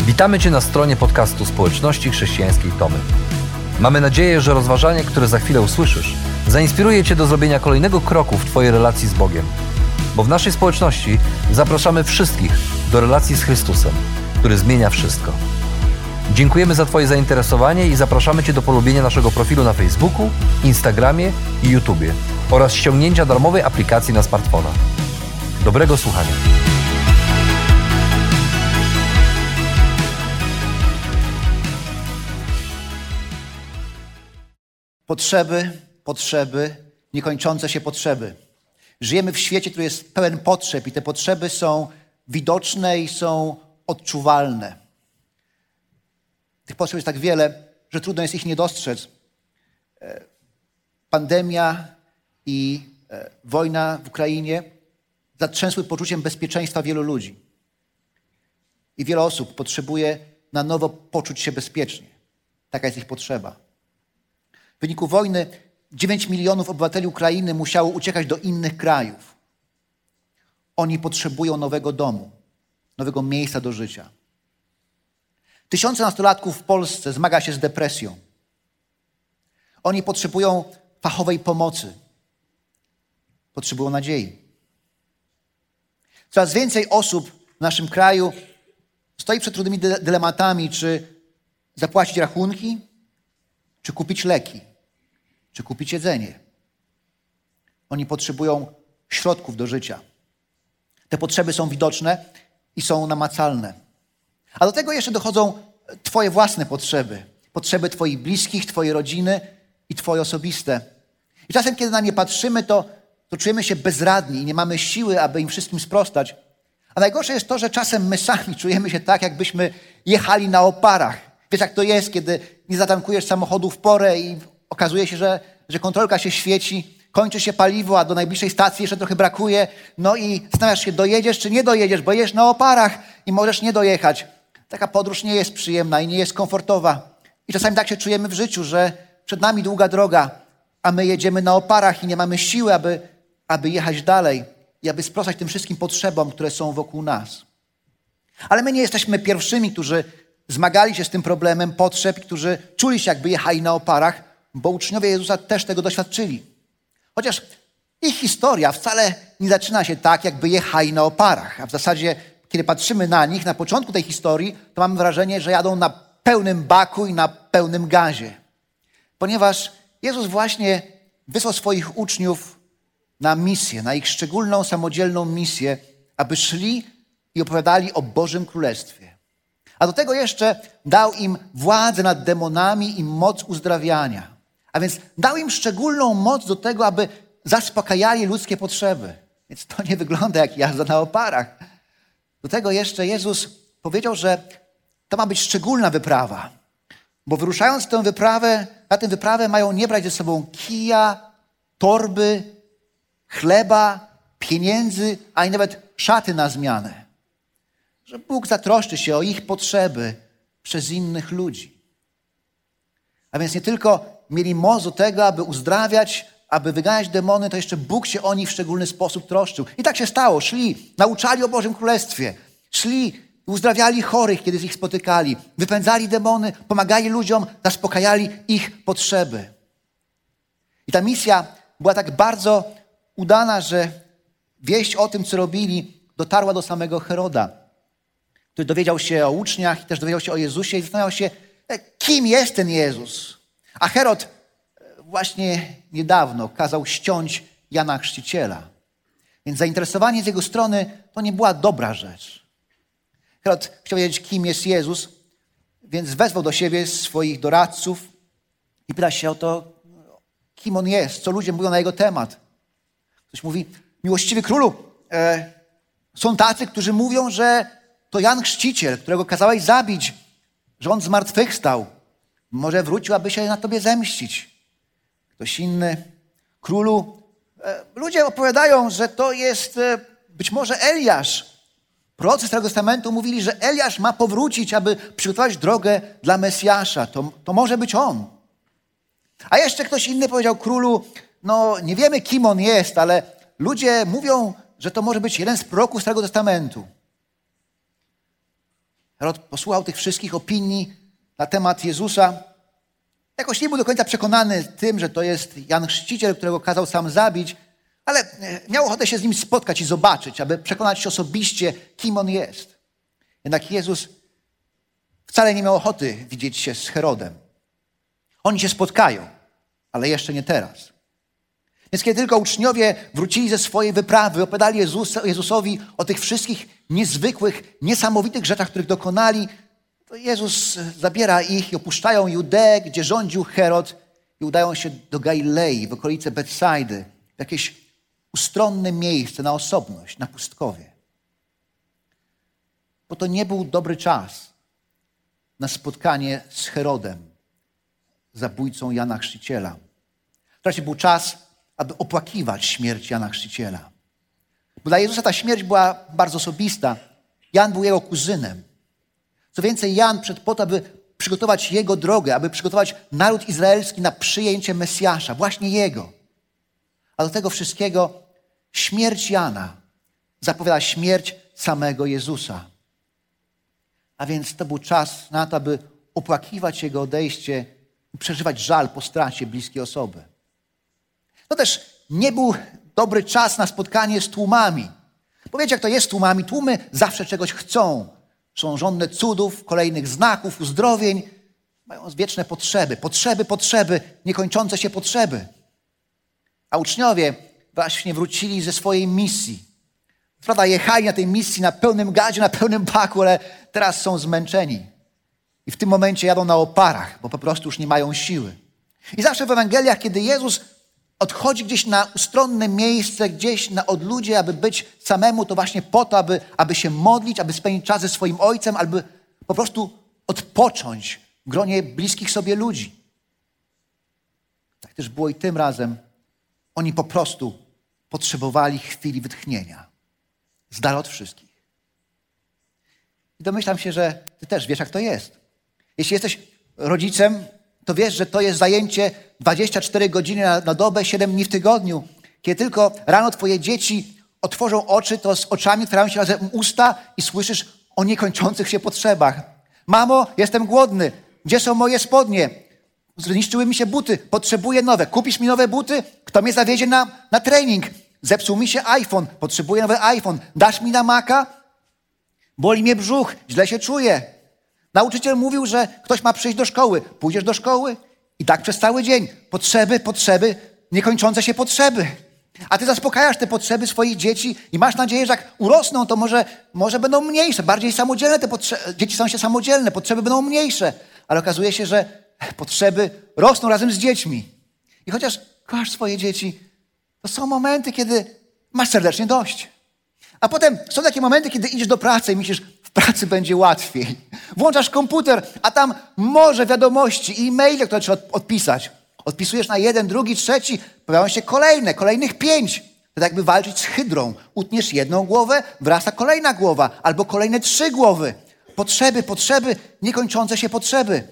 Witamy Cię na stronie podcastu Społeczności Chrześcijańskiej Tomy. Mamy nadzieję, że rozważanie, które za chwilę usłyszysz, zainspiruje Cię do zrobienia kolejnego kroku w Twojej relacji z Bogiem. Bo w naszej społeczności zapraszamy wszystkich do relacji z Chrystusem, który zmienia wszystko. Dziękujemy za Twoje zainteresowanie i zapraszamy Cię do polubienia naszego profilu na Facebooku, Instagramie i YouTubie oraz ściągnięcia darmowej aplikacji na smartfona. Dobrego słuchania. Potrzeby, niekończące się potrzeby. Żyjemy w świecie, który jest pełen potrzeb i te potrzeby są widoczne i są odczuwalne. Tych potrzeb jest tak wiele, że trudno jest ich nie dostrzec. Pandemia i wojna w Ukrainie zatrzęsły poczuciem bezpieczeństwa wielu ludzi. I wiele osób potrzebuje na nowo poczuć się bezpiecznie. Taka jest ich potrzeba. W wyniku wojny 9 milionów obywateli Ukrainy musiało uciekać do innych krajów. Oni potrzebują nowego domu, nowego miejsca do życia. Tysiące nastolatków w Polsce zmaga się z depresją. Oni potrzebują fachowej pomocy. Potrzebują nadziei. Coraz więcej osób w naszym kraju stoi przed trudnymi dylematami, czy zapłacić rachunki, czy kupić leki, czy kupić jedzenie. Oni potrzebują środków do życia. Te potrzeby są widoczne i są namacalne. A do tego jeszcze dochodzą Twoje własne potrzeby. Potrzeby Twoich bliskich, Twojej rodziny i Twoje osobiste. I czasem, kiedy na nie patrzymy, to czujemy się bezradni i nie mamy siły, aby im wszystkim sprostać. A najgorsze jest to, że czasem my sami czujemy się tak, jakbyśmy jechali na oparach. Wiesz, jak to jest, kiedy nie zatankujesz samochodu w porę i okazuje się, że kontrolka się świeci, kończy się paliwo, a do najbliższej stacji jeszcze trochę brakuje. No i zastanawiasz się, dojedziesz czy nie dojedziesz, bo jedziesz na oparach i możesz nie dojechać. Taka podróż nie jest przyjemna i nie jest komfortowa. I czasami tak się czujemy w życiu, że przed nami długa droga, a my jedziemy na oparach i nie mamy siły, aby jechać dalej i aby sprostać tym wszystkim potrzebom, które są wokół nas. Ale my nie jesteśmy pierwszymi, którzy zmagali się z tym problemem potrzeb, którzy czuli się, jakby jechali na oparach, bo uczniowie Jezusa też tego doświadczyli. Chociaż ich historia wcale nie zaczyna się tak, jakby jechali na oparach. A w zasadzie, kiedy patrzymy na nich, na początku tej historii, to mamy wrażenie, że jadą na pełnym baku i na pełnym gazie. Ponieważ Jezus właśnie wysłał swoich uczniów na misję, na ich szczególną, samodzielną misję, aby szli i opowiadali o Bożym Królestwie. A do tego jeszcze dał im władzę nad demonami i moc uzdrawiania. A więc dał im szczególną moc do tego, aby zaspokajali ludzkie potrzeby. Więc to nie wygląda jak jazda na oparach. Do tego jeszcze Jezus powiedział, że to ma być szczególna wyprawa. Bo wyruszając na tę wyprawę mają nie brać ze sobą kija, torby, chleba, pieniędzy, ani nawet szaty na zmianę. Że Bóg zatroszczy się o ich potrzeby przez innych ludzi. A więc nie tylko mieli moc do tego, aby uzdrawiać, aby wyganiać demony, to jeszcze Bóg się o nich w szczególny sposób troszczył. I tak się stało. Szli, nauczali o Bożym Królestwie. Szli, uzdrawiali chorych, kiedy ich spotykali. Wypędzali demony, pomagali ludziom, zaspokajali ich potrzeby. I ta misja była tak bardzo udana, że wieść o tym, co robili, dotarła do samego Heroda, który dowiedział się o uczniach i też dowiedział się o Jezusie i zastanawiał się, kim jest ten Jezus. A Herod właśnie niedawno kazał ściąć Jana Chrzciciela. Więc zainteresowanie z jego strony to nie była dobra rzecz. Herod chciał wiedzieć, kim jest Jezus, więc wezwał do siebie swoich doradców i pyta się o to, kim on jest, co ludzie mówią na jego temat. Ktoś mówi, miłościwy królu, są tacy, którzy mówią, że to Jan Chrzciciel, którego kazałeś zabić, że on zmartwychwstał. Może wrócił, aby się na tobie zemścić. Ktoś inny, królu, ludzie opowiadają, że to jest być może Eliasz. Prorocy Starego Testamentu mówili, że Eliasz ma powrócić, aby przygotować drogę dla Mesjasza. To może być on. A jeszcze ktoś inny powiedział królu, no nie wiemy, kim on jest, ale ludzie mówią, że to może być jeden z proroków Starego Testamentu. Herod posłuchał tych wszystkich opinii na temat Jezusa. Jakoś nie był do końca przekonany tym, że to jest Jan Chrzciciel, którego kazał sam zabić, ale miał ochotę się z nim spotkać i zobaczyć, aby przekonać się osobiście, kim on jest. Jednak Jezus wcale nie miał ochoty widzieć się z Herodem. Oni się spotkają, ale jeszcze nie teraz. Więc kiedy tylko uczniowie wrócili ze swojej wyprawy, opowiadali Jezusowi o tych wszystkich niezwykłych, niesamowitych rzeczach, których dokonali, to Jezus zabiera ich i opuszczają Judeę, gdzie rządził Herod, i udają się do Galilei, w okolice Betsajdy, w jakieś ustronne miejsce na osobność, na pustkowie. Bo to nie był dobry czas na spotkanie z Herodem, zabójcą Jana Chrzciciela. To raczej był czas, aby opłakiwać śmierć Jana Chrzciciela. Bo dla Jezusa ta śmierć była bardzo osobista. Jan był jego kuzynem. Co więcej, Jan przyszedł po to, aby przygotować jego drogę, aby przygotować naród izraelski na przyjęcie Mesjasza, właśnie jego. A do tego wszystkiego śmierć Jana zapowiada śmierć samego Jezusa. A więc to był czas na to, aby opłakiwać jego odejście i przeżywać żal po stracie bliskiej osoby. To też nie był dobry czas na spotkanie z tłumami. Bo wiecie, jak to jest z tłumami? Tłumy zawsze czegoś chcą. Są żądne cudów, kolejnych znaków, uzdrowień. Mają wieczne potrzeby, niekończące się potrzeby. A uczniowie właśnie wrócili ze swojej misji. Prawda, jechali na tej misji na pełnym gazie, na pełnym baku, ale teraz są zmęczeni. I w tym momencie jadą na oparach, bo po prostu już nie mają siły. I zawsze w Ewangeliach, kiedy Jezus odchodzi gdzieś na ustronne miejsce, gdzieś na odludzie, aby być samemu, to właśnie po to, aby się modlić, aby spędzić czas ze swoim Ojcem, aby po prostu odpocząć w gronie bliskich sobie ludzi. Tak też było i tym razem. Oni po prostu potrzebowali chwili wytchnienia. Z dala od wszystkich. I domyślam się, że ty też wiesz, jak to jest. Jeśli jesteś rodzicem, to wiesz, że to jest zajęcie 24 godziny na dobę, 7 dni w tygodniu. Kiedy tylko rano twoje dzieci otworzą oczy, to z oczami otwierają się razem usta i słyszysz o niekończących się potrzebach. Mamo, jestem głodny. Gdzie są moje spodnie? Zniszczyły mi się buty. Potrzebuję nowe. Kupisz mi nowe buty? Kto mnie zawiezie na trening? Zepsuł mi się iPhone. Potrzebuję nowy iPhone. Dasz mi na Maca? Boli mnie brzuch. Źle się czuję. Nauczyciel mówił, że ktoś ma przyjść do szkoły. Pójdziesz do szkoły? I tak przez cały dzień. Potrzeby, niekończące się potrzeby. A ty zaspokajasz te potrzeby swoich dzieci i masz nadzieję, że jak urosną, to może będą mniejsze, bardziej samodzielne te potrzeby. Dzieci staną się samodzielne, potrzeby będą mniejsze. Ale okazuje się, że potrzeby rosną razem z dziećmi. I chociaż kochasz swoje dzieci, to są momenty, kiedy masz serdecznie dość. A potem są takie momenty, kiedy idziesz do pracy i myślisz, w pracy będzie łatwiej. Włączasz komputer, a tam morze wiadomości i e-maile, które trzeba odpisać. Odpisujesz na 1, 2, 3, pojawiają się kolejnych 5. To jakby walczyć z hydrą. Utniesz jedną głowę, wrasta kolejna głowa, albo kolejne 3 głowy. Potrzeby, niekończące się potrzeby.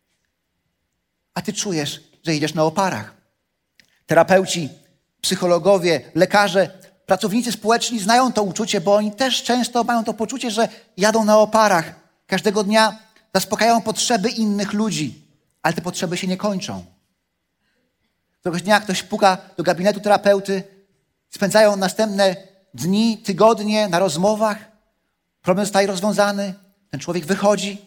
A ty czujesz, że idziesz na oparach. Terapeuci, psychologowie, lekarze, pracownicy społeczni znają to uczucie, bo oni też często mają to poczucie, że jadą na oparach. Każdego dnia zaspokajają potrzeby innych ludzi, ale te potrzeby się nie kończą. Któregoś dnia ktoś puka do gabinetu terapeuty, spędzają następne dni, tygodnie na rozmowach, problem zostaje rozwiązany, ten człowiek wychodzi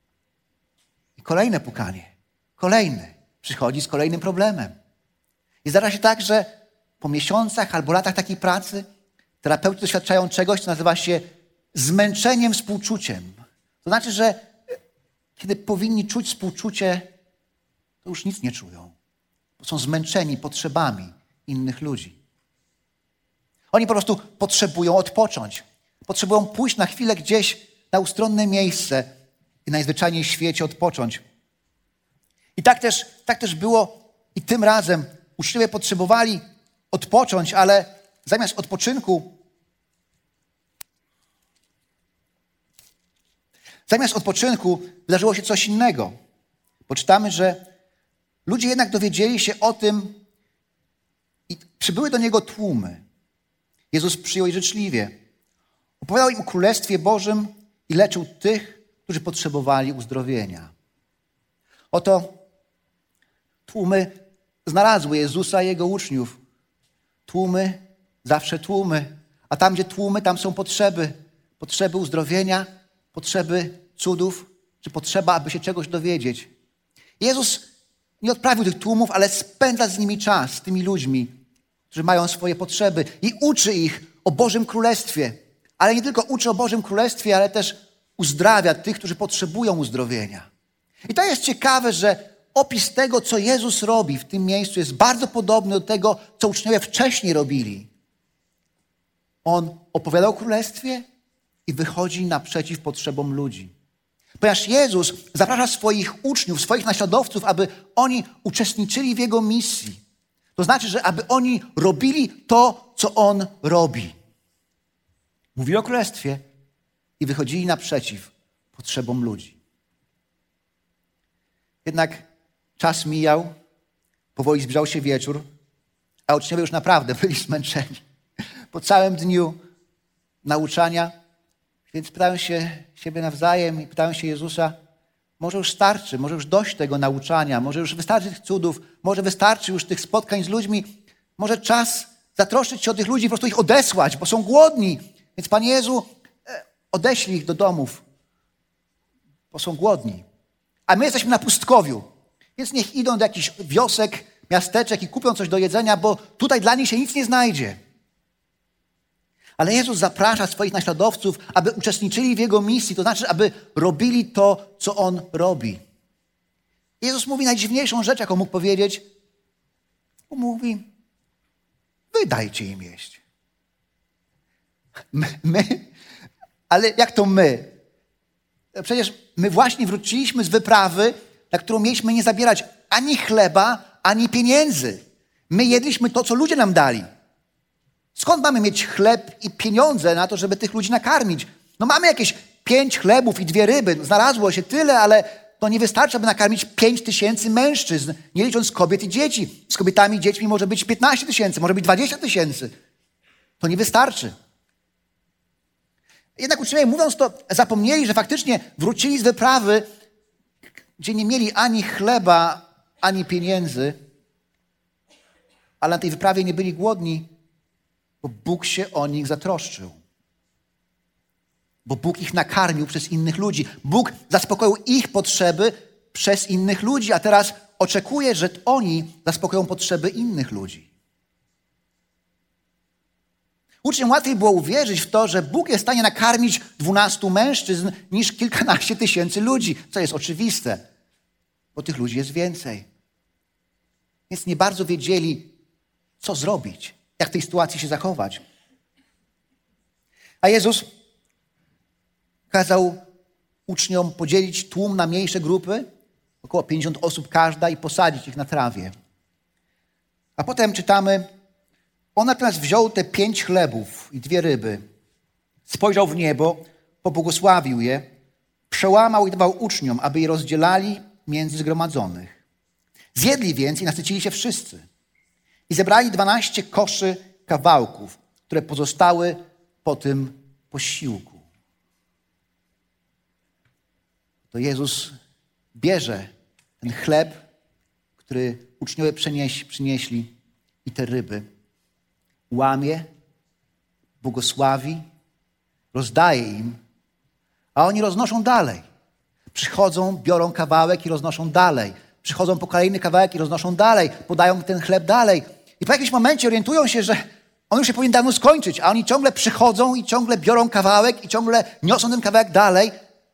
i kolejne pukanie, kolejny przychodzi z kolejnym problemem. I zdarza się tak, że po miesiącach albo latach takiej pracy terapeuci doświadczają czegoś, co nazywa się zmęczeniem współczuciem. To znaczy, że kiedy powinni czuć współczucie, to już nic nie czują. Bo są zmęczeni potrzebami innych ludzi. Oni po prostu potrzebują odpocząć. Potrzebują pójść na chwilę gdzieś na ustronne miejsce i najzwyczajniej w świecie odpocząć. I tak też było i tym razem. Uczniowie potrzebowali odpocząć, ale zamiast odpoczynku wydarzyło się coś innego. Bo czytamy, że ludzie jednak dowiedzieli się o tym i przybyły do Niego tłumy. Jezus przyjął ich życzliwie. Opowiadał im o Królestwie Bożym i leczył tych, którzy potrzebowali uzdrowienia. Oto tłumy znalazły Jezusa i Jego uczniów. Tłumy, zawsze tłumy. A tam, gdzie tłumy, tam są potrzeby. Potrzeby uzdrowienia, potrzeby cudów, czy potrzeba, aby się czegoś dowiedzieć. Jezus nie odprawił tych tłumów, ale spędza z nimi czas, z tymi ludźmi, którzy mają swoje potrzeby i uczy ich o Bożym Królestwie. Ale nie tylko uczy o Bożym Królestwie, ale też uzdrawia tych, którzy potrzebują uzdrowienia. I to jest ciekawe, że opis tego, co Jezus robi w tym miejscu, jest bardzo podobny do tego, co uczniowie wcześniej robili. On opowiada o Królestwie i wychodzi naprzeciw potrzebom ludzi. Ponieważ Jezus zaprasza swoich uczniów, swoich naśladowców, aby oni uczestniczyli w Jego misji. To znaczy, że aby oni robili to, co On robi. Mówili o Królestwie i wychodzili naprzeciw potrzebom ludzi. Jednak czas mijał, powoli zbliżał się wieczór, a uczniowie już naprawdę byli zmęczeni. Po całym dniu nauczania, więc pytają się siebie nawzajem i pytają się Jezusa, może już starczy, może już dość tego nauczania, może już wystarczy tych cudów, może wystarczy już tych spotkań z ludźmi, może czas zatroszczyć się o tych ludzi, po prostu ich odesłać, bo są głodni. Więc Panie Jezu, odeślij ich do domów, bo są głodni. A my jesteśmy na pustkowiu, więc niech idą do jakichś wiosek, miasteczek i kupią coś do jedzenia, bo tutaj dla nich się nic nie znajdzie. Ale Jezus zaprasza swoich naśladowców, aby uczestniczyli w Jego misji, to znaczy, aby robili to, co On robi. Jezus mówi najdziwniejszą rzecz, jaką mógł powiedzieć. Mówi, wy dajcie im jeść. My? Ale jak to my? Przecież my właśnie wróciliśmy z wyprawy, na którą mieliśmy nie zabierać ani chleba, ani pieniędzy. My jedliśmy to, co ludzie nam dali. Skąd mamy mieć chleb i pieniądze na to, żeby tych ludzi nakarmić? No mamy jakieś 5 chlebów i 2 ryby. Znalazło się tyle, ale to nie wystarczy, aby nakarmić 5000 mężczyzn, nie licząc kobiet i dzieci. Z kobietami i dziećmi może być 15 000, może być 20 000. To nie wystarczy. Jednak uczniowie, mówiąc to, zapomnieli, że faktycznie wrócili z wyprawy, gdzie nie mieli ani chleba, ani pieniędzy, ale na tej wyprawie nie byli głodni, bo Bóg się o nich zatroszczył. Bo Bóg ich nakarmił przez innych ludzi. Bóg zaspokoił ich potrzeby przez innych ludzi, a teraz oczekuje, że oni zaspokoją potrzeby innych ludzi. Uczniom łatwiej było uwierzyć w to, że Bóg jest w stanie nakarmić 12 mężczyzn niż kilkanaście tysięcy ludzi, co jest oczywiste, bo tych ludzi jest więcej. Więc nie bardzo wiedzieli, co zrobić, jak w tej sytuacji się zachować. A Jezus kazał uczniom podzielić tłum na mniejsze grupy, około 50 osób każda, i posadzić ich na trawie. A potem czytamy, on natomiast wziął te 5 chlebów i 2 ryby, spojrzał w niebo, pobłogosławił je, przełamał i dawał uczniom, aby je rozdzielali między zgromadzonych. Zjedli więc i nasycili się wszyscy. I zebrali 12 koszy kawałków, które pozostały po tym posiłku. To Jezus bierze ten chleb, który uczniowie przynieśli, i te ryby, łamie, błogosławi, rozdaje im, a oni roznoszą dalej. Przychodzą, biorą kawałek i roznoszą dalej. Przychodzą po kolejny kawałek i roznoszą dalej. Podają ten chleb dalej. I po jakimś momencie orientują się, że on już się powinien dawno skończyć, a oni ciągle przychodzą i ciągle biorą kawałek i ciągle niosą ten kawałek dalej.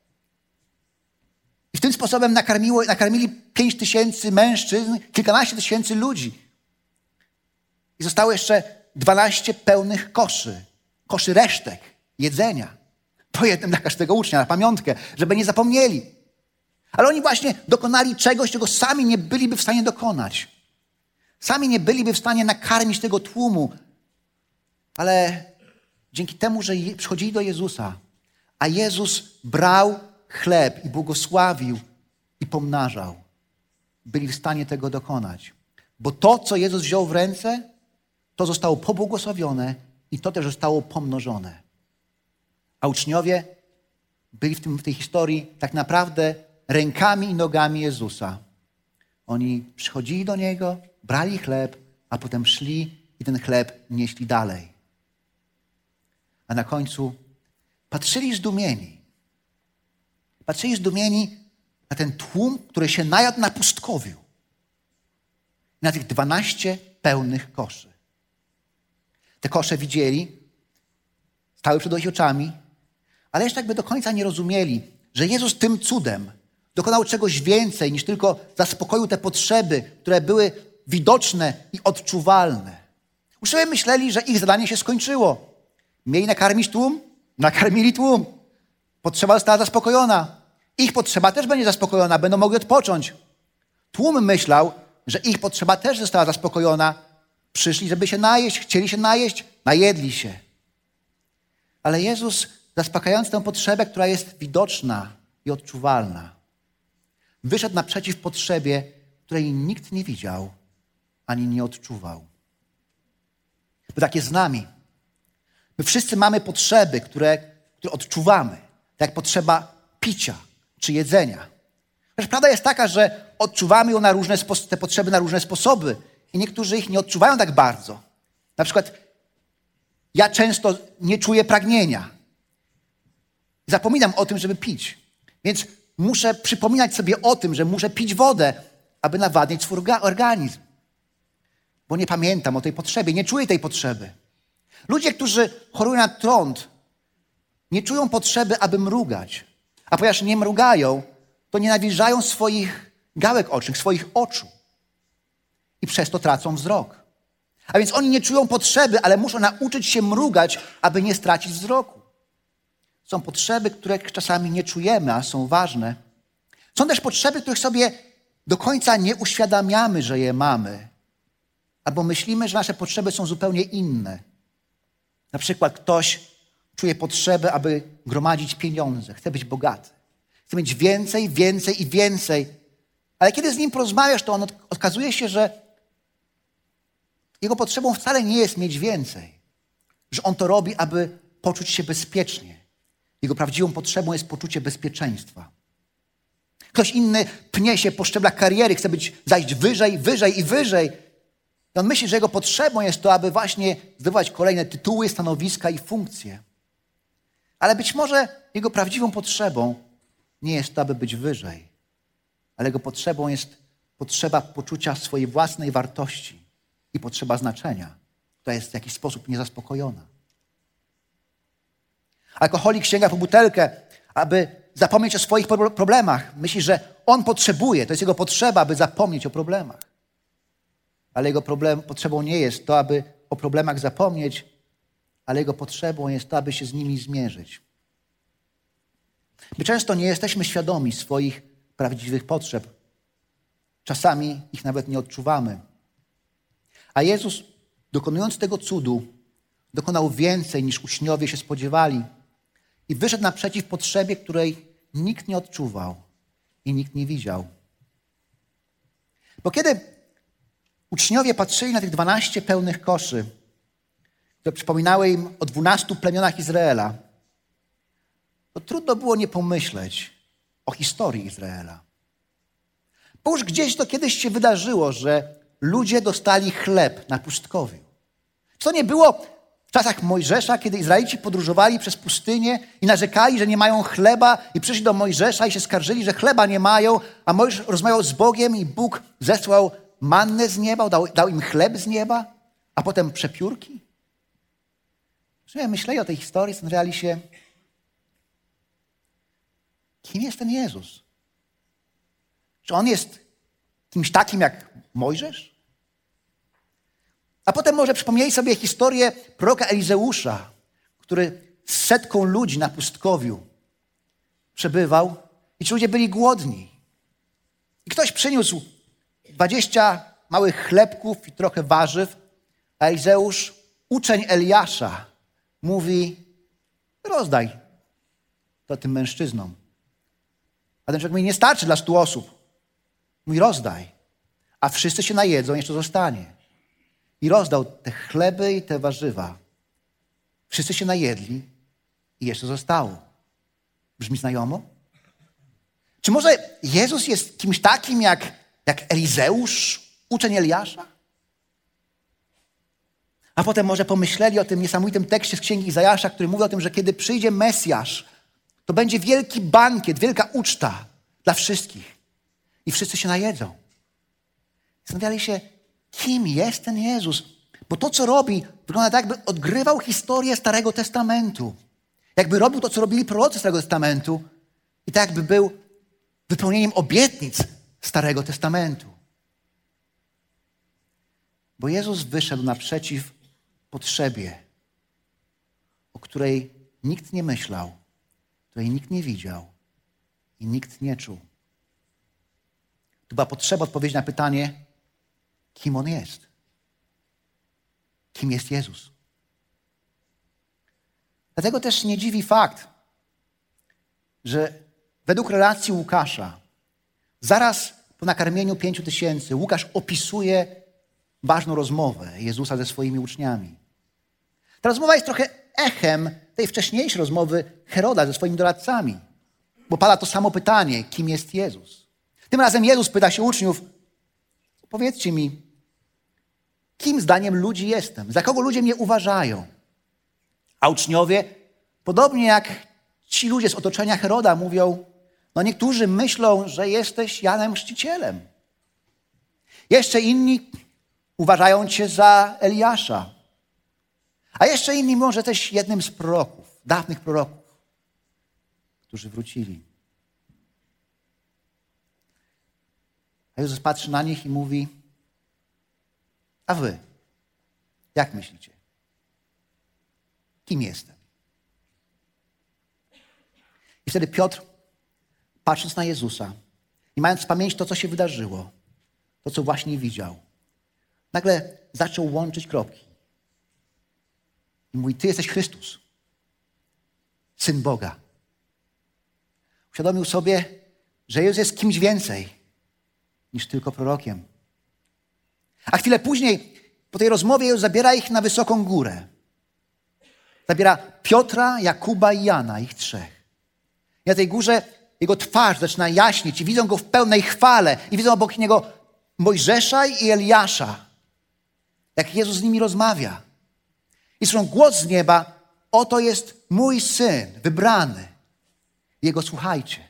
I w tym sposobem nakarmili 5000 mężczyzn, kilkanaście tysięcy ludzi. I zostało jeszcze 12 pełnych koszy resztek jedzenia. Po jednym dla każdego ucznia, na pamiątkę, żeby nie zapomnieli. Ale oni właśnie dokonali czegoś, czego sami nie byliby w stanie dokonać. Sami nie byliby w stanie nakarmić tego tłumu. Ale dzięki temu, że przychodzili do Jezusa, a Jezus brał chleb i błogosławił i pomnażał, byli w stanie tego dokonać. Bo to, co Jezus wziął w ręce, to zostało pobłogosławione i to też zostało pomnożone. A uczniowie byli w tej historii tak naprawdę rękami i nogami Jezusa. Oni przychodzili do Niego, brali chleb, a potem szli i ten chleb nieśli dalej. A na końcu patrzyli zdumieni. Patrzyli zdumieni na ten tłum, który się najadł na pustkowiu. Na tych 12 pełnych koszy. Te kosze widzieli, stały przed ich oczami, ale jeszcze jakby do końca nie rozumieli, że Jezus tym cudem dokonał czegoś więcej niż tylko zaspokoił te potrzeby, które były widoczne i odczuwalne. Uczniowie myśleli, że ich zadanie się skończyło. Mieli nakarmić tłum? Nakarmili tłum. Potrzeba została zaspokojona. Ich potrzeba też będzie zaspokojona, będą mogli odpocząć. Tłum myślał, że ich potrzeba też została zaspokojona. Przyszli, żeby się najeść, chcieli się najeść, najedli się. Ale Jezus, zaspokajając tę potrzebę, która jest widoczna i odczuwalna, wyszedł naprzeciw potrzebie, której nikt nie widział ani nie odczuwał. Bo tak jest z nami. My wszyscy mamy potrzeby, które odczuwamy, tak jak potrzeba picia czy jedzenia. Chociaż prawda jest taka, że odczuwamy ją te potrzeby na różne sposoby i niektórzy ich nie odczuwają tak bardzo. Na przykład ja często nie czuję pragnienia. Zapominam o tym, żeby pić. Więc muszę przypominać sobie o tym, że muszę pić wodę, aby nawadniać swój organizm. Bo nie pamiętam o tej potrzebie, nie czuję tej potrzeby. Ludzie, którzy chorują na trąd, nie czują potrzeby, aby mrugać. A ponieważ nie mrugają, to nie nawilżają swoich gałek ocznych, swoich oczu. I przez to tracą wzrok. A więc oni nie czują potrzeby, ale muszą nauczyć się mrugać, aby nie stracić wzroku. Są potrzeby, których czasami nie czujemy, a są ważne. Są też potrzeby, których sobie do końca nie uświadamiamy, że je mamy. Albo myślimy, że nasze potrzeby są zupełnie inne. Na przykład ktoś czuje potrzebę, aby gromadzić pieniądze. Chce być bogaty. Chce mieć więcej, więcej i więcej. Ale kiedy z nim porozmawiasz, to okazuje się, że jego potrzebą wcale nie jest mieć więcej. Że on to robi, aby poczuć się bezpiecznie. Jego prawdziwą potrzebą jest poczucie bezpieczeństwa. Ktoś inny pnie się po szczeblach kariery, chce zajść wyżej, wyżej i wyżej. I on myśli, że jego potrzebą jest to, aby właśnie zdobywać kolejne tytuły, stanowiska i funkcje. Ale być może jego prawdziwą potrzebą nie jest to, aby być wyżej. Ale jego potrzebą jest potrzeba poczucia swojej własnej wartości i potrzeba znaczenia, która jest w jakiś sposób niezaspokojona. Alkoholik sięga po butelkę, aby zapomnieć o swoich problemach. Myśli, że on potrzebuje, to jest jego potrzeba, aby zapomnieć o problemach. Ale jego potrzebą nie jest to, aby o problemach zapomnieć, ale jego potrzebą jest to, aby się z nimi zmierzyć. My często nie jesteśmy świadomi swoich prawdziwych potrzeb. Czasami ich nawet nie odczuwamy. A Jezus, dokonując tego cudu, dokonał więcej, niż uczniowie się spodziewali i wyszedł naprzeciw potrzebie, której nikt nie odczuwał i nikt nie widział. Bo kiedy uczniowie patrzyli na tych 12 pełnych koszy, które przypominały im o 12 plemionach Izraela, to trudno było nie pomyśleć o historii Izraela. Bo już gdzieś to kiedyś się wydarzyło, że ludzie dostali chleb na pustkowiu. Czy to nie było w czasach Mojżesza, kiedy Izraelici podróżowali przez pustynię i narzekali, że nie mają chleba i przyszli do Mojżesza i się skarżyli, że chleba nie mają, a Mojżesz rozmawiał z Bogiem i Bóg zesłał mannę z nieba, dał im chleb z nieba, a potem przepiórki? Że myśleli o tej historii, zastanawiali się, kim jest ten Jezus? Czy On jest kimś takim jak Mojżesz? A potem może przypomnieli sobie historię proroka Elizeusza, który z 100 ludzi na pustkowiu przebywał i ci ludzie byli głodni. I ktoś przyniósł 20 małych chlebków i trochę warzyw, a Elizeusz, uczeń Eliasza, mówi: rozdaj to tym mężczyznom. A ten człowiek mówi: nie starczy dla 100 osób. Mówi: rozdaj, a wszyscy się najedzą, jeszcze zostanie. I rozdał te chleby i te warzywa. Wszyscy się najedli i jeszcze zostało. Brzmi znajomo? Czy może Jezus jest kimś takim jak Elizeusz, uczeń Eliasza? A potem może pomyśleli o tym niesamowitym tekście z Księgi Izajasza, który mówi o tym, że kiedy przyjdzie Mesjasz, to będzie wielki bankiet, wielka uczta dla wszystkich. I wszyscy się najedzą. Zastanawiali się, kim jest ten Jezus. Bo to, co robi, wygląda tak, jakby odgrywał historię Starego Testamentu. Jakby robił to, co robili prorocy Starego Testamentu. I tak jakby był wypełnieniem obietnic Starego Testamentu. Bo Jezus wyszedł naprzeciw potrzebie, o której nikt nie myślał, której nikt nie widział i nikt nie czuł. To była potrzeba odpowiedzi na pytanie, kim On jest. Kim jest Jezus. Dlatego też nie dziwi fakt, że według relacji Łukasza, zaraz po nakarmieniu 5000 Łukasz opisuje ważną rozmowę Jezusa ze swoimi uczniami. Ta rozmowa jest trochę echem tej wcześniejszej rozmowy Heroda ze swoimi doradcami, bo pada to samo pytanie, kim jest Jezus. Tym razem Jezus pyta się uczniów, powiedzcie mi, kim zdaniem ludzi jestem? Za kogo ludzie mnie uważają? A uczniowie, podobnie jak ci ludzie z otoczenia Heroda, mówią, no niektórzy myślą, że jesteś Janem Chrzcicielem. Jeszcze inni uważają cię za Eliasza. A jeszcze inni mówią, że jesteś jednym z proroków, dawnych proroków, którzy wrócili. A Jezus patrzy na nich i mówi, a wy, jak myślicie? Kim jestem? I wtedy Piotr, patrząc na Jezusa i mając w pamięci to, co się wydarzyło, to, co właśnie widział, nagle zaczął łączyć kropki. I mówi, ty jesteś Chrystus, Syn Boga. Uświadomił sobie, że Jezus jest kimś więcej niż tylko prorokiem. A chwilę później, po tej rozmowie, Jezus zabiera ich na wysoką górę. Zabiera Piotra, Jakuba i Jana, ich trzech. I na tej górze jego twarz zaczyna jaśnieć i widzą go w pełnej chwale. I widzą obok niego Mojżesza i Eliasza. Jak Jezus z nimi rozmawia. I słyszą głos z nieba, oto jest mój Syn, wybrany. Jego słuchajcie.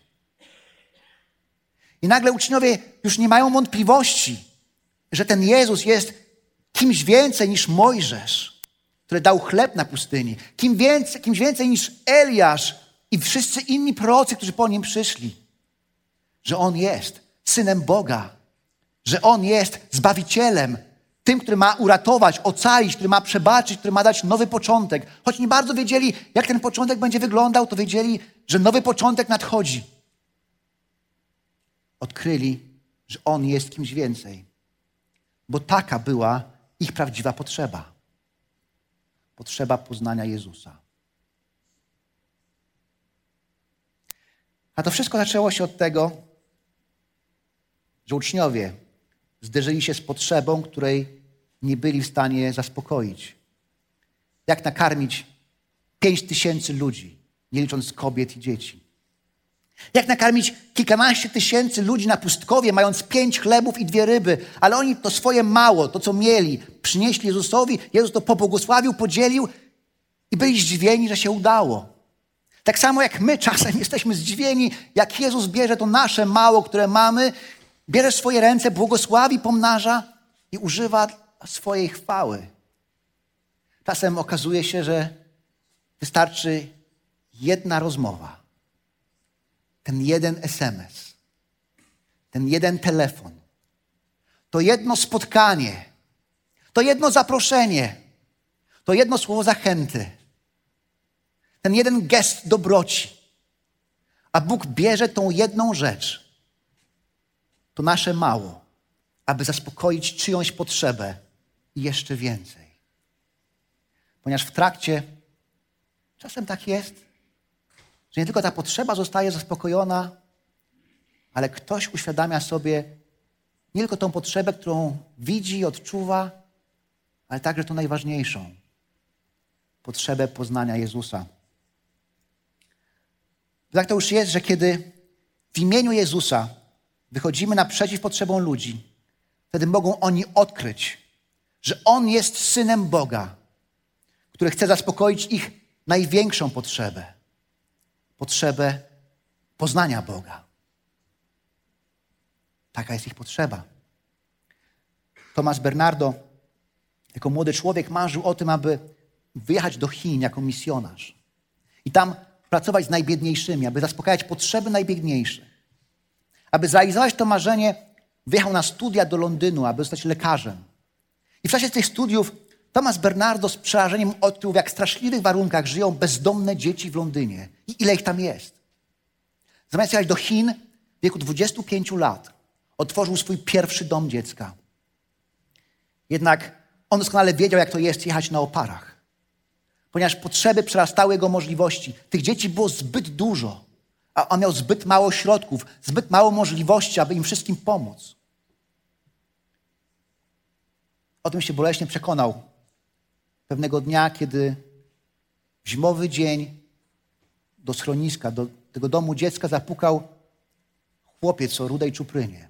I nagle uczniowie już nie mają wątpliwości, że ten Jezus jest kimś więcej niż Mojżesz, który dał chleb na pustyni. Kimś więcej niż Eliasz i wszyscy inni prorocy, którzy po nim przyszli. Że On jest Synem Boga. Że On jest Zbawicielem. Tym, który ma uratować, ocalić, który ma przebaczyć, który ma dać nowy początek. Choć nie bardzo wiedzieli, jak ten początek będzie wyglądał, to wiedzieli, że nowy początek nadchodzi. Odkryli, że On jest kimś więcej. Bo taka była ich prawdziwa potrzeba. Potrzeba poznania Jezusa. A to wszystko zaczęło się od tego, że uczniowie zderzyli się z potrzebą, której nie byli w stanie zaspokoić. Jak nakarmić 5000 ludzi, nie licząc kobiet i dzieci? Jak nakarmić kilkanaście tysięcy ludzi na pustkowie, mając 5 chlebów i 2 ryby, ale oni to swoje mało, to co mieli, przynieśli Jezusowi, Jezus to pobłogosławił, podzielił i byli zdziwieni, że się udało. Tak samo jak my czasem jesteśmy zdziwieni, jak Jezus bierze to nasze mało, które mamy, bierze w swoje ręce, błogosławi, pomnaża i używa swojej chwały. Czasem okazuje się, że wystarczy jedna rozmowa, ten jeden SMS, ten jeden telefon, to jedno spotkanie, to jedno zaproszenie, to jedno słowo zachęty, ten jeden gest dobroci. A Bóg bierze tą jedną rzecz, to nasze mało, aby zaspokoić czyjąś potrzebę i jeszcze więcej. Ponieważ w trakcie czasem tak jest, że nie tylko ta potrzeba zostaje zaspokojona, ale ktoś uświadamia sobie nie tylko tą potrzebę, którą widzi i odczuwa, ale także tą najważniejszą. Potrzebę poznania Jezusa. Tak to już jest, że kiedy w imieniu Jezusa wychodzimy naprzeciw potrzebom ludzi, wtedy mogą oni odkryć, że On jest Synem Boga, który chce zaspokoić ich największą potrzebę. Potrzebę poznania Boga. Taka jest ich potrzeba. Thomas Bernardo jako młody człowiek marzył o tym, aby wyjechać do Chin jako misjonarz i tam pracować z najbiedniejszymi, aby zaspokajać potrzeby najbiedniejszych. Aby zrealizować to marzenie, wyjechał na studia do Londynu, aby zostać lekarzem. I w czasie tych studiów Thomas Bernardo z przerażeniem odkrył, w jak straszliwych warunkach żyją bezdomne dzieci w Londynie i ile ich tam jest. Zamiast jechać do Chin w wieku 25 lat, otworzył swój pierwszy dom dziecka. Jednak on doskonale wiedział, jak to jest jechać na oparach. Ponieważ potrzeby przerastały jego możliwości. Tych dzieci było zbyt dużo, a on miał zbyt mało środków, zbyt mało możliwości, aby im wszystkim pomóc. O tym się boleśnie przekonał pewnego dnia, kiedy w zimowy dzień do schroniska, do tego domu dziecka zapukał chłopiec o rudej czuprynie.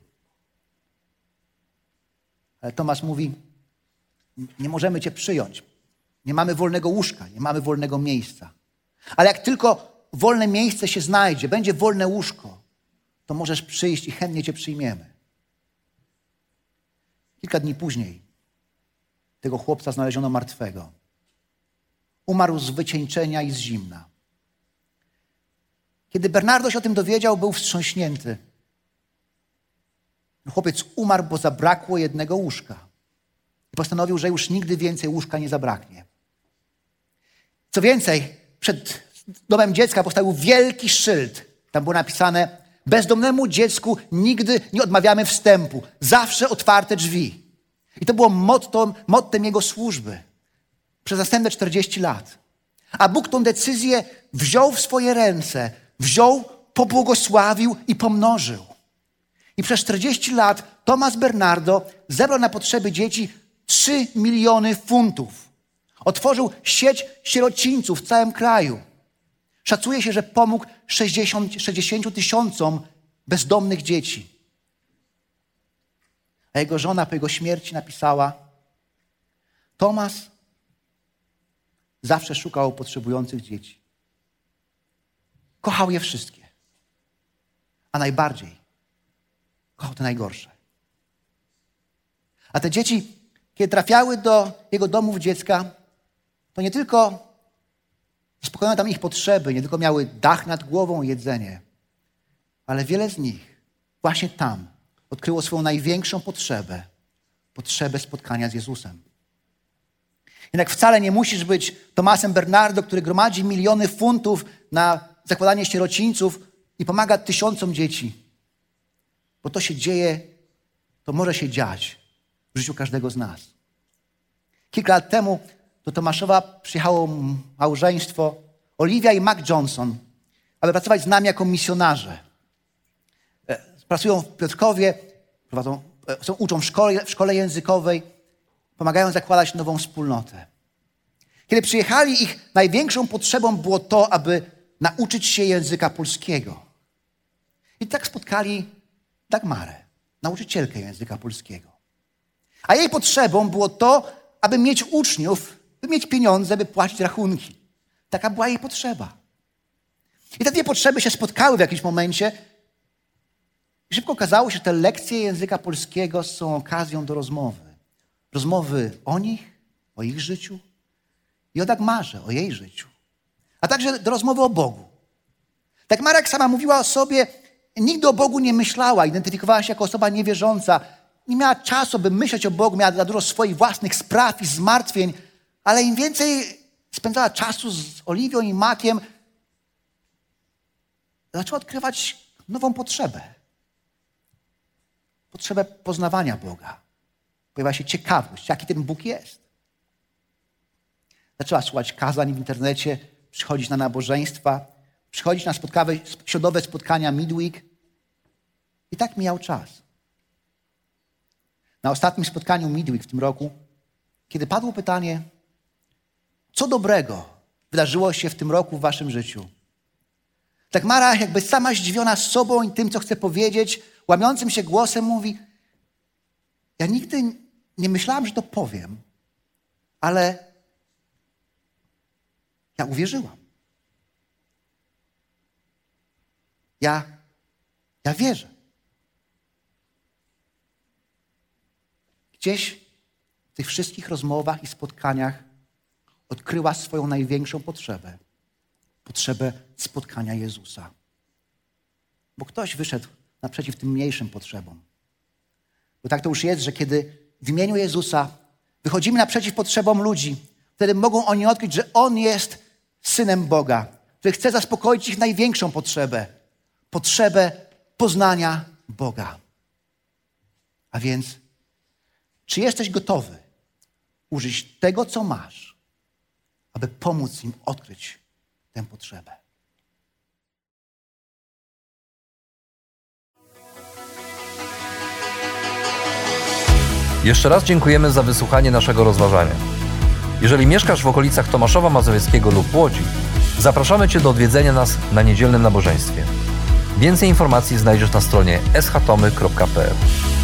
Ale Tomasz mówi, nie możemy cię przyjąć. Nie mamy wolnego łóżka, nie mamy wolnego miejsca. Ale jak tylko wolne miejsce się znajdzie, będzie wolne łóżko, to możesz przyjść i chętnie cię przyjmiemy. Kilka dni później tego chłopca znaleziono martwego. Umarł z wycieńczenia i z zimna. Kiedy Bernardo się o tym dowiedział, był wstrząśnięty. Chłopiec umarł, bo zabrakło jednego łóżka. I postanowił, że już nigdy więcej łóżka nie zabraknie. Co więcej, przed domem dziecka postawił wielki szyld. Tam było napisane: bezdomnemu dziecku nigdy nie odmawiamy wstępu. Zawsze otwarte drzwi. I to było mottem jego służby przez następne 40 lat. A Bóg tą decyzję wziął w swoje ręce, pobłogosławił i pomnożył. I przez 40 lat Thomas Bernardo zebrał na potrzeby dzieci 3 miliony funtów. Otworzył sieć sierocińców w całym kraju. Szacuje się, że pomógł 60 tysiącom bezdomnych dzieci. A jego żona po jego śmierci napisała: Tomasz zawsze szukał potrzebujących dzieci. Kochał je wszystkie. A najbardziej kochał te najgorsze. A te dzieci, kiedy trafiały do jego domów dziecka, to nie tylko zaspokojono tam ich potrzeby, nie tylko miały dach nad głową i jedzenie, ale wiele z nich właśnie tam odkryło swoją największą potrzebę spotkania z Jezusem. Jednak wcale nie musisz być Thomasem Bernardo, który gromadzi miliony funtów na zakładanie sierocińców i pomaga tysiącom dzieci. Bo to się dzieje, to może się dziać w życiu każdego z nas. Kilka lat temu do Tomaszowa przyjechało małżeństwo Olivia i Mac Johnson, aby pracować z nami jako misjonarze. Pracują w Piotrkowie, uczą w szkole językowej, pomagają zakładać nową wspólnotę. Kiedy przyjechali, ich największą potrzebą było to, aby nauczyć się języka polskiego. I tak spotkali Dagmarę, nauczycielkę języka polskiego. A jej potrzebą było to, aby mieć uczniów, by mieć pieniądze, by płacić rachunki. Taka była jej potrzeba. I te dwie potrzeby się spotkały w jakimś momencie. I szybko okazało się, że te lekcje języka polskiego są okazją do rozmowy. Rozmowy o nich, o ich życiu i o Dagmarze, o jej życiu. A także do rozmowy o Bogu. Dagmara, jak sama mówiła o sobie, nigdy o Bogu nie myślała, identyfikowała się jako osoba niewierząca. Nie miała czasu, by myśleć o Bogu, miała za dużo swoich własnych spraw i zmartwień, ale im więcej spędzała czasu z Oliwią i Makiem, zaczęła odkrywać nową potrzebę. Potrzebę poznawania Boga. Pojawia się ciekawość, jaki ten Bóg jest. Zaczęła słuchać kazań w internecie, przychodzić na nabożeństwa, przychodzić na środowe spotkania Midweek. I tak mijał czas. Na ostatnim spotkaniu Midweek w tym roku, kiedy padło pytanie, co dobrego wydarzyło się w tym roku w waszym życiu, Tak Mara jakby sama zdziwiona sobą i tym, co chce powiedzieć, łamiącym się głosem mówi: ja nigdy nie myślałam, że to powiem, ale ja uwierzyłam. Ja wierzę. Gdzieś w tych wszystkich rozmowach i spotkaniach odkryła swoją największą potrzebę. Potrzebę spotkania Jezusa. Bo ktoś wyszedł naprzeciw tym mniejszym potrzebom. Bo tak to już jest, że kiedy w imieniu Jezusa wychodzimy naprzeciw potrzebom ludzi, wtedy mogą oni odkryć, że On jest Synem Boga, który chce zaspokoić ich największą potrzebę. Potrzebę poznania Boga. A więc, czy jesteś gotowy użyć tego, co masz, aby pomóc im odkryć tę potrzebę? Jeszcze raz dziękujemy za wysłuchanie naszego rozważania. Jeżeli mieszkasz w okolicach Tomaszowa Mazowieckiego lub Łodzi, zapraszamy Cię do odwiedzenia nas na niedzielnym nabożeństwie. Więcej informacji znajdziesz na stronie schtomy.pl.